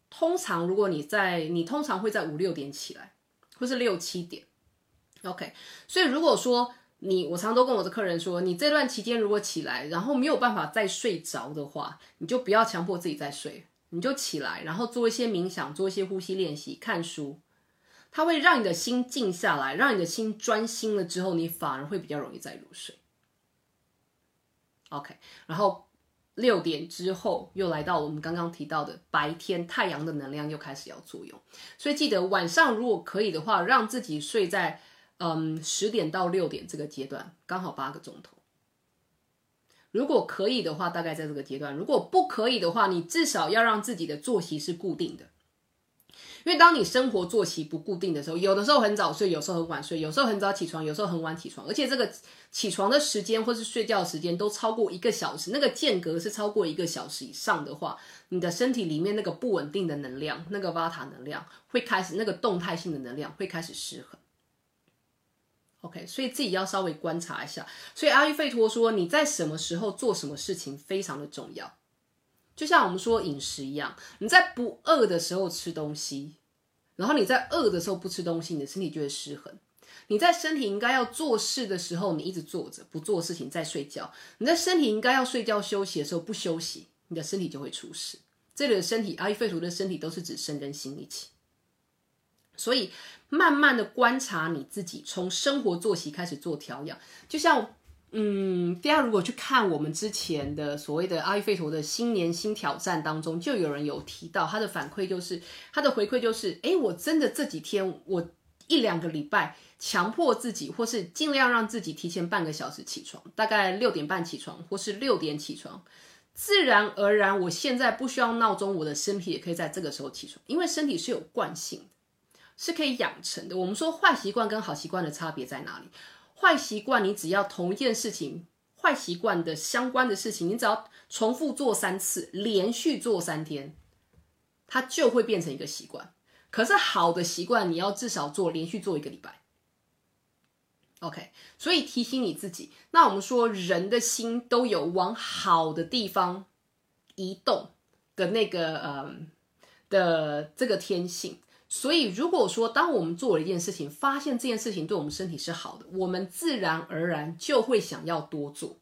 通常如果你在你通常会在五六点起来，或是六七点 ，OK。所以如果说你，我常都跟我的客人说，你这段期间如果起来，然后没有办法再睡着的话，你就不要强迫自己再睡，你就起来，然后做一些冥想，做一些呼吸练习，看书，它会让你的心静下来，让你的心专心了之后，你反而会比较容易再入睡。OK， 然后六点之后又来到我们刚刚提到的白天太阳的能量又开始要作用，所以记得晚上如果可以的话，让自己睡在嗯十点到六点这个阶段，刚好八个钟头。如果可以的话，大概在这个阶段；如果不可以的话，你至少要让自己的作息是固定的。因为当你生活作息不固定的时候，有的时候很早睡，有时候很晚睡，有时候很早起床，有时候很晚起床，而且这个起床的时间或是睡觉的时间都超过一个小时，那个间隔是超过一个小时以上的话，你的身体里面那个不稳定的能量，那个Vata能量会开始，那个动态性的能量会开始失衡。OK， 所以自己要稍微观察一下。所以阿育吠陀说，你在什么时候做什么事情非常的重要。就像我们说饮食一样，你在不饿的时候吃东西，然后你在饿的时候不吃东西，你的身体就会失衡。你在身体应该要做事的时候，你一直坐着不做事情，在睡觉；你在身体应该要睡觉休息的时候不休息，你的身体就会出事。这里的身体，阿育吠陀的身体都是指身跟心一起。所以慢慢的观察你自己，从生活作息开始做调养。就像嗯，大家如果去看我们之前的所谓的阿育吠陀的新年新挑战当中，就有人有提到他的反馈就是他的回馈就是诶，我真的这几天我一两个礼拜强迫自己或是尽量让自己提前半个小时起床，大概六点半起床或是六点起床，自然而然我现在不需要闹钟，我的身体也可以在这个时候起床，因为身体是有惯性的，是可以养成的。我们说坏习惯跟好习惯的差别在哪里？坏习惯你只要同一件事情，坏习惯的相关的事情，你只要重复做三次，连续做三天，它就会变成一个习惯。可是好的习惯你要至少做连续做一个礼拜。OK， 所以提醒你自己，那我们说人的心都有往好的地方移动的那个呃的这个天性。所以如果说当我们做了一件事情，发现这件事情对我们身体是好的，我们自然而然就会想要多做。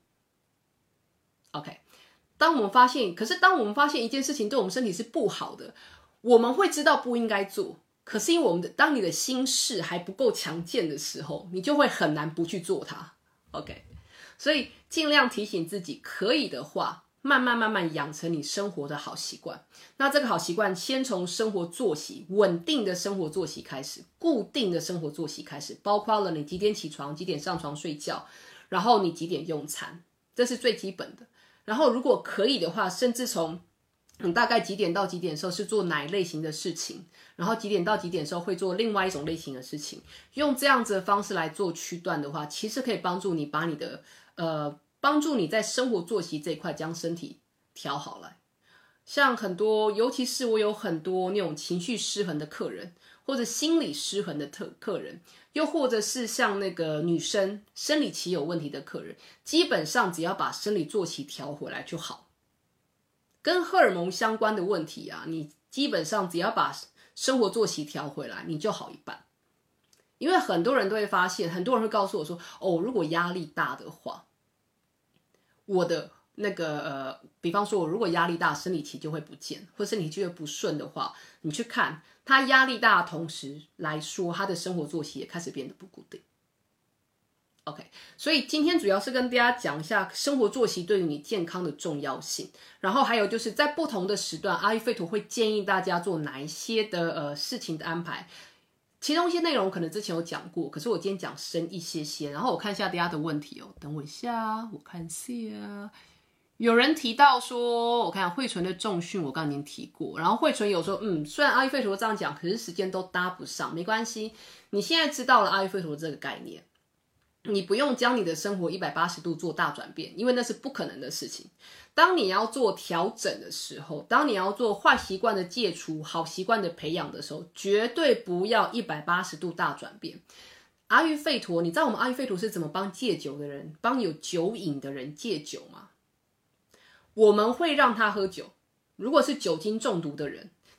OK， 当我们发现可是当我们发现一件事情对我们身体是不好的，我们会知道不应该做，可是因为我们的当你的心识还不够强健的时候，你就会很难不去做它。 OK， 所以尽量提醒自己，可以的话慢慢慢慢养成你生活的好习惯。那这个好习惯先从生活作息，稳定的生活作息开始，固定的生活作息开始，包括了你几点起床，几点上床睡觉，然后你几点用餐，这是最基本的。然后如果可以的话，甚至从你大概几点到几点的时候是做哪一类型的事情，然后几点到几点的时候会做另外一种类型的事情，用这样子的方式来做区段的话，其实可以帮助你把你的呃帮助你在生活作息这一块将身体调好来。像很多，尤其是我有很多那种情绪失衡的客人，或者心理失衡的特客人，又或者是像那个女生生理期有问题的客人，基本上只要把生理作息调回来就好。跟荷尔蒙相关的问题啊，你基本上只要把生活作息调回来，你就好一半。因为很多人都会发现，很多人会告诉我说，哦，如果压力大的话，我的那个呃，比方说我如果压力大，生理期就会不见，或身体就会不顺的话，你去看他压力大的同时来说，他的生活作息也开始变得不固定。OK， 所以今天主要是跟大家讲一下生活作息对于你健康的重要性，然后还有就是在不同的时段，阿育吠陀会建议大家做哪一些的呃事情的安排。其中一些内容可能之前有讲过，可是我今天讲深一些些。然后我看一下大家的问题哦，等我一下，我看一下。有人提到说，我看慧纯的重训，我刚刚已经提过。然后慧纯有说，嗯，虽然阿育吠陀这样讲，可是时间都搭不上，没关系。你现在知道了阿育吠陀这个概念，你不用将你的生活一百八十度做大转变，因为那是不可能的事情。当你要做调整的时候，当你要做坏习惯的戒除，好习惯的培养的时候，绝对不要一百八十度大转变。阿育吠陀，你知道我们阿育吠陀是怎么帮戒酒的人，帮有酒瘾的人戒酒吗？我们会让他喝酒，如果是酒精中毒的人，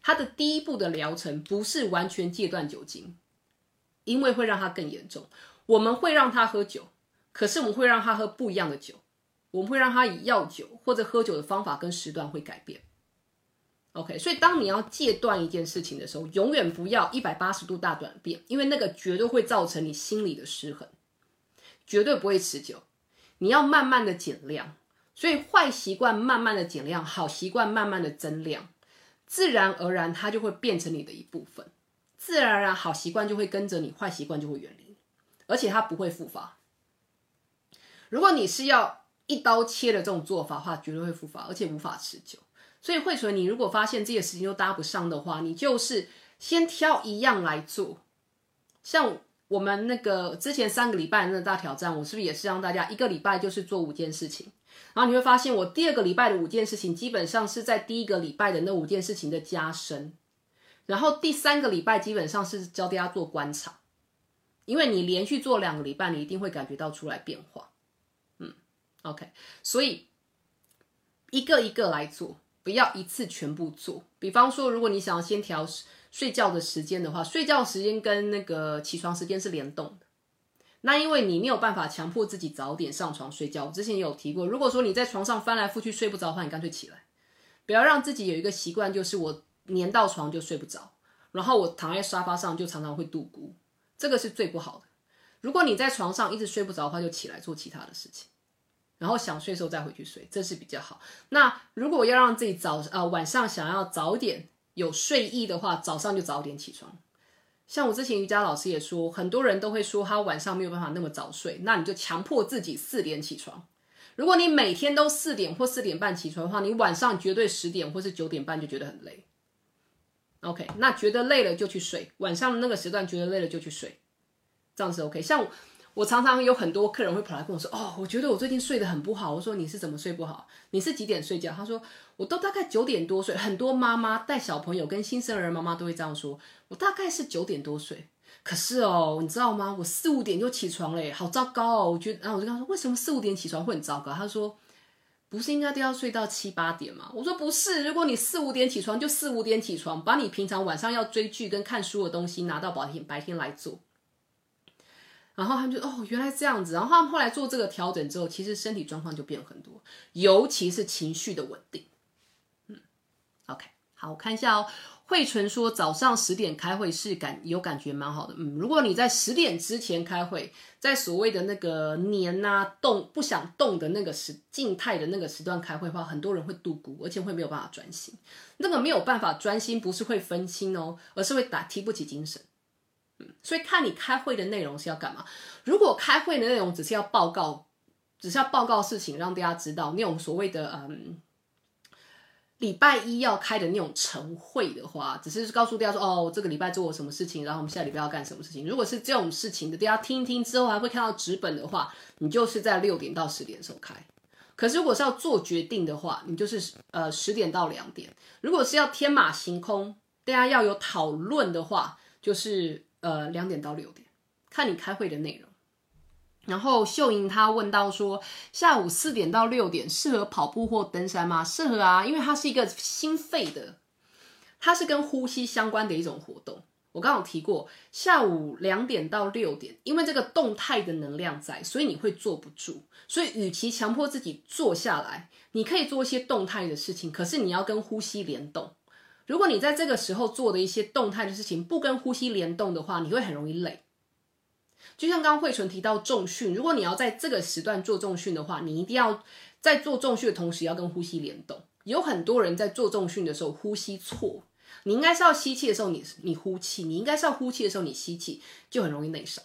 它的第一步的疗程不是完全戒断酒精，因为会让它更严重。我们会让他喝酒，可是我们会让他喝不一样的酒，我们会让他以药酒或者喝酒的方法跟时段会改变。OK， 所以当你要戒断一件事情的时候，永远不要一百八十度大转变，因为那个绝对会造成你心理的失衡，绝对不会持久。你要慢慢的减量，所以坏习惯慢慢的减量，好习惯慢慢的增量，自然而然它就会变成你的一部分，自然而然好习惯就会跟着你，坏习惯就会远离你，而且它不会复发。如果你是要一刀切的这种做法的话，绝对会复发，而且无法持久。所以慧纯，你如果发现自己的时间都搭不上的话，你就是先挑一样来做。像我们那个之前三个礼拜的那个大挑战，我是不是也是让大家一个礼拜就是做五件事情？然后你会发现，我第二个礼拜的五件事情，基本上是在第一个礼拜的那五件事情的加深。然后第三个礼拜基本上是教大家做观察，因为你连续做两个礼拜，你一定会感觉到出来变化。嗯 ，OK， 所以一个一个来做。不要一次全部做。比方说，如果你想要先调睡觉的时间的话，睡觉时间跟那个起床时间是联动的。那因为你没有办法强迫自己早点上床睡觉，我之前也有提过，如果说你在床上翻来覆去睡不着的话，你干脆起来，不要让自己有一个习惯，就是我黏到床就睡不着，然后我躺在沙发上就常常会度孤，这个是最不好的。如果你在床上一直睡不着的话，就起来做其他的事情。然后想睡的时候再回去睡，这是比较好。那如果要让自己早呃晚上想要早点有睡意的话，早上就早点起床。像我之前瑜伽老师也说，很多人都会说他晚上没有办法那么早睡，那你就强迫自己四点起床。如果你每天都四点或四点半起床的话，你晚上绝对十点或是九点半就觉得很累。OK， 那觉得累了就去睡，晚上那个时段觉得累了就去睡，这样子 OK。像我。我常常有很多客人会跑来跟我说，哦，我觉得我最近睡得很不好。我说你是怎么睡不好？你是几点睡觉？他说我都大概九点多睡。很多妈妈带小朋友跟新生儿妈妈都会这样说，我大概是九点多睡。可是哦，你知道吗？我四五点就起床嘞，好糟糕哦！我觉得，然后我就跟他说，为什么四五点起床会很糟糕？他说，不是应该都要睡到七八点吗？我说不是，如果你四五点起床，就四五点起床，把你平常晚上要追剧跟看书的东西拿到白天白天来做。然后他们就哦，原来这样子。然后他们后来做这个调整之后，其实身体状况就变很多，尤其是情绪的稳定。嗯 ，OK， 好，我看一下哦。慧纯说早上十点开会是感有感觉蛮好的。嗯，如果你在十点之前开会，在所谓的那个黏啊动不想动的那个时静态的那个时段开会的话，很多人会度孤，而且会没有办法专心。那个没有办法专心，不是会分心哦，而是会打提不起精神。嗯，所以看你开会的内容是要干嘛。如果开会的内容只是要报告，只是要报告事情让大家知道，那种所谓的嗯礼拜一要开的那种晨会的话，只是告诉大家说哦，这个礼拜做了什么事情，然后我们下礼拜要干什么事情。如果是这种事情的，大家听一听之后还会看到纸本的话，你就是在六点到十点的时候开。可是如果是要做决定的话，你就是呃十点到两点。如果是要天马行空，大家要有讨论的话，就是呃，两点到六点，看你开会的内容。然后秀莹她问到说，下午四点到六点适合跑步或登山吗？适合啊，因为它是一个心肺的，它是跟呼吸相关的一种活动。我刚刚有提过，下午两点到六点，因为这个动态的能量在，所以你会坐不住。所以与其强迫自己坐下来，你可以做一些动态的事情，可是你要跟呼吸联动。如果你在这个时候做的一些动态的事情不跟呼吸联动的话，你会很容易累。就像刚刚慧纯提到重训，如果你要在这个时段做重训的话，你一定要在做重训的同时要跟呼吸联动。有很多人在做重训的时候呼吸错，你应该是要吸气的时候 你, 你呼气，你应该是要呼气的时候你吸气，就很容易内伤。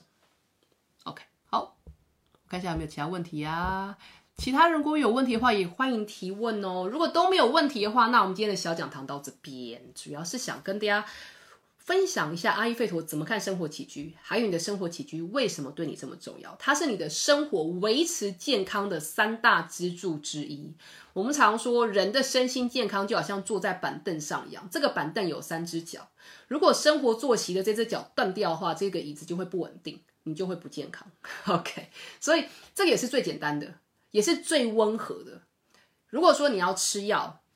OK， 好，我看一下有没有其他问题啊。其他人如果有问题的话，也欢迎提问哦。如果都没有问题的话，那我们今天的小讲堂到这边，主要是想跟大家分享一下阿育吠陀怎么看生活起居，还有你的生活起居为什么对你这么重要。它是你的生活维持健康的三大支柱之一。我们常说人的身心健康就好像坐在板凳上一样，这个板凳有三只脚，如果生活作息的这只脚断掉的话，这个椅子就会不稳定，你就会不健康。 OK， 所以这个也是最简单的，也是最温和的。如果说你要吃药，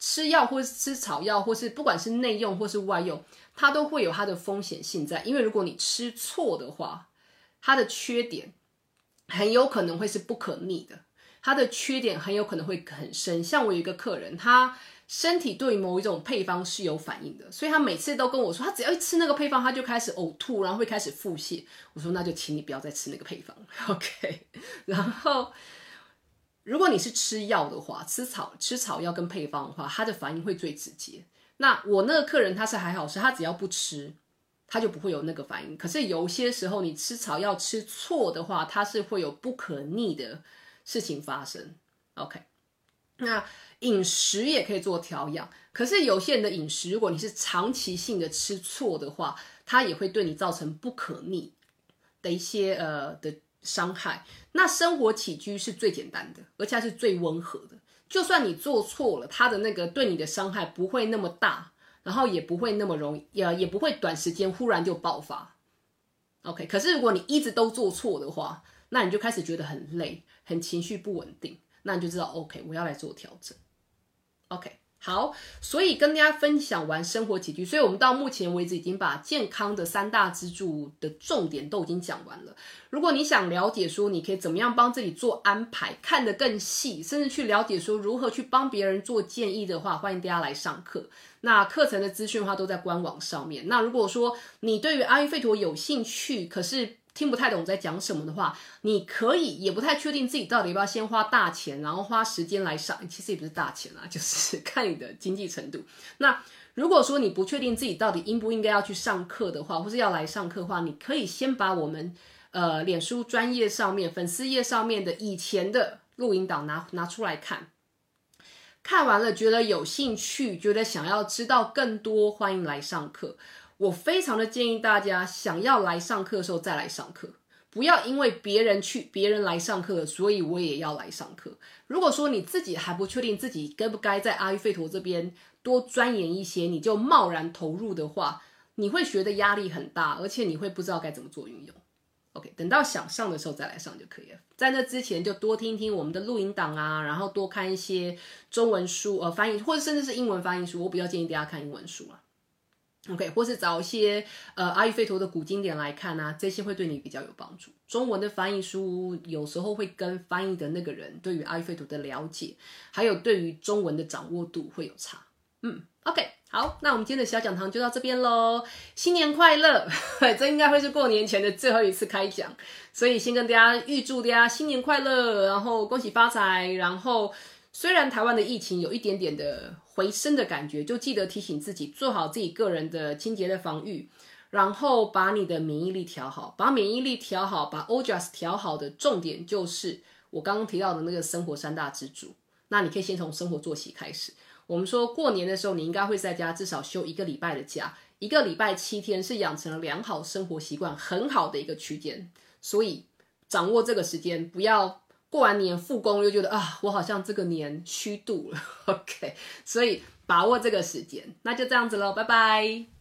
吃药或是吃草药，或是不管是内用或是外用，它都会有它的风险性在。因为如果你吃错的话，它的缺点很有可能会是不可逆的，它的缺点很有可能会很深。像我有一个客人，他身体对某一种配方是有反应的，所以他每次都跟我说，他只要一吃那个配方，他就开始呕吐，然后会开始腹泻。我说那就请你不要再吃那个配方 ，OK。然后如果你是吃药的话，吃草吃草药跟配方的话，它的反应会最直接。那我那个客人他是还好，是他只要不吃，他就不会有那个反应。可是有些时候你吃草药吃错的话，它是会有不可逆的事情发生。OK， 那饮食也可以做调养，可是有些人的饮食，如果你是长期性的吃错的话，它也会对你造成不可逆的一些呃的伤害。那生活起居是最简单的，而且是最温和的。就算你做错了，它的那个对你的伤害不会那么大，然后也不会那么容易，也也不会短时间忽然就爆发。OK， 可是如果你一直都做错的话，那你就开始觉得很累，很情绪不稳定，那你就知道 OK， 我要来做调整。OK， 好，所以跟大家分享完生活起居，所以我们到目前为止已经把健康的三大支柱的重点都已经讲完了。如果你想了解说你可以怎么样帮自己做安排，看得更细，甚至去了解说如何去帮别人做建议的话，欢迎大家来上课。那课程的资讯的话都在官网上面。那如果说你对于阿育吠陀有兴趣，可是听不太懂在讲什么的话，你可以也不太确定自己到底要不要先花大钱，然后花时间来上，其实也不是大钱啦，就是看你的经济程度。那如果说你不确定自己到底应不应该要去上课的话，或是要来上课的话，你可以先把我们呃脸书专页上面、粉丝页上面的以前的录音档拿拿出来看。看完了觉得有兴趣，觉得想要知道更多，欢迎来上课。我非常的建议大家想要来上课的时候再来上课，不要因为别人去别人来上课，所以我也要来上课。如果说你自己还不确定自己该不该在阿育吠陀这边多钻研一些，你就贸然投入的话，你会觉得压力很大，而且你会不知道该怎么做运用。OK， 等到想上的时候再来上就可以了。在那之前就多听听我们的录音档啊，然后多看一些中文书呃翻译，或者甚至是英文翻译书，我比较建议大家看英文书啊。OK， 或是找一些呃阿育吠陀的古经典来看啊，这些会对你比较有帮助。中文的翻译书有时候会跟翻译的那个人对于阿育吠陀的了解，还有对于中文的掌握度会有差。嗯 ，OK， 好，那我们今天的小讲堂就到这边咯。新年快乐！这应该会是过年前的最后一次开讲，所以先跟大家预祝大家新年快乐，然后恭喜发财，然后。虽然台湾的疫情有一点点的回升的感觉，就记得提醒自己做好自己个人的清洁的防御，然后把你的免疫力调好，把免疫力调好，把 O J A S 调好的重点就是我刚刚提到的那个生活三大支柱。那你可以先从生活作息开始。我们说过年的时候，你应该会在家至少休一个礼拜的假，一个礼拜七天是养成了良好生活习惯很好的一个区间，所以掌握这个时间，不要过完年复工又觉得啊，我好像这个年虚度了 ，OK， 所以把握这个时间，那就这样子咯，拜拜。